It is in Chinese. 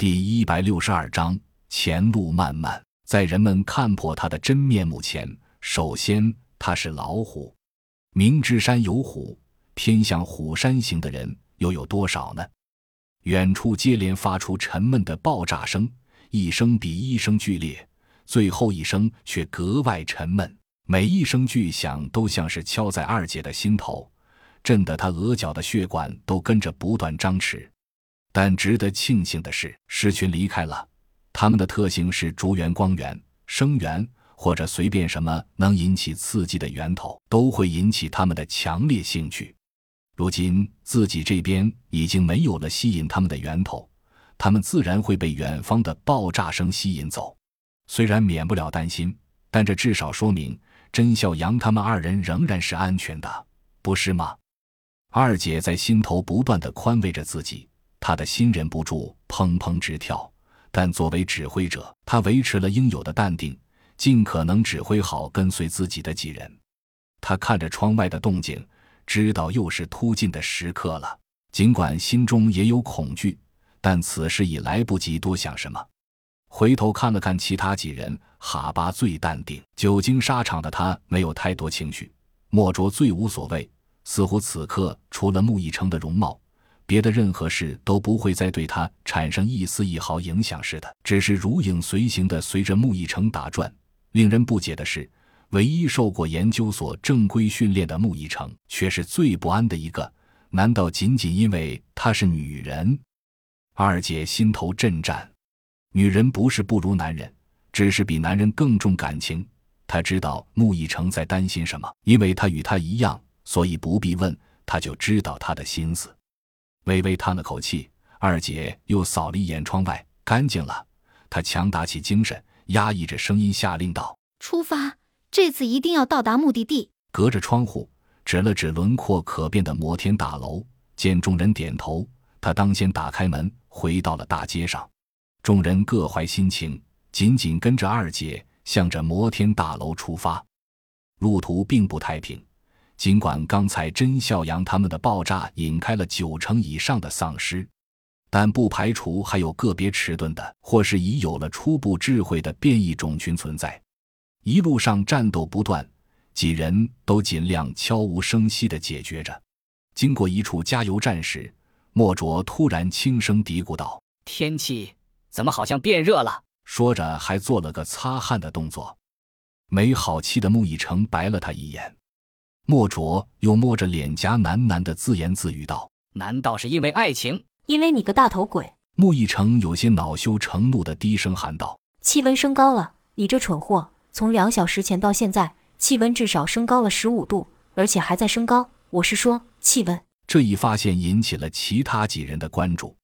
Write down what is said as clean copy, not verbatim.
第162章前路漫漫。在人们看破他的真面目前，首先他是老虎。明知山有虎，偏向虎山行的人又有多少呢？远处接连发出沉闷的爆炸声，一声比一声剧烈，最后一声却格外沉闷，每一声巨响都像是敲在二姐的心头，震得她额角的血管都跟着不断张弛。但值得庆幸的是，狮群离开了，它们的特性是逐源、光源、声源，或者随便什么能引起刺激的源头都会引起它们的强烈兴趣。如今自己这边已经没有了吸引它们的源头，它们自然会被远方的爆炸声吸引走。虽然免不了担心，但这至少说明甄孝阳他们二人仍然是安全的，不是吗？二姐在心头不断地宽慰着自己，她的心忍不住砰砰直跳，但作为指挥者，她维持了应有的淡定，尽可能指挥好跟随自己的几人。她看着窗外的动静，知道又是突进的时刻了。尽管心中也有恐惧，但此时已来不及多想什么。回头看了看其他几人，哈巴最淡定，久经沙场的他没有太多情绪，莫卓最无所谓，似乎此刻除了穆逸成的容貌，别的任何事都不会再对他产生一丝一毫影响似的，只是如影随形地随着穆逸成打转。令人不解的是，唯一受过研究所正规训练的穆逸成却是最不安的一个，难道仅仅因为她是女人？二姐心头震颤，女人不是不如男人，只是比男人更重感情。她知道穆逸成在担心什么，因为他与她一样，所以不必问，她就知道他的心思。微微叹了口气，二姐又扫了一眼窗外，干净了。她强打起精神，压抑着声音下令道： 出发，这次一定要到达目的地。 隔着窗户指了指轮廓可变的摩天大楼，见众人点头，他当先打开门，回到了大街上。众人各怀心情，紧紧跟着二姐向着摩天大楼出发。路途并不太平，尽管刚才甄孝阳他们的爆炸引开了90%以上的丧尸，但不排除还有个别迟钝的，或是已有了初步智慧的变异种群存在。一路上战斗不断，几人都尽量悄无声息地解决着。经过一处加油站时，莫卓突然轻声嘀咕道： 天气怎么好像变热了？ 说着还做了个擦汗的动作。没好气的穆逸成白了他一眼，莫卓又摸着脸颊喃喃地自言自语道： 难道是因为爱情？ 因为你个大头鬼！ 穆逸成有些恼羞成怒地低声喊道： 气温升高了，你这蠢货，从2小时前到现在，气温至少升高了15度，而且还在升高，我是说气温。 这一发现引起了其他几人的关注。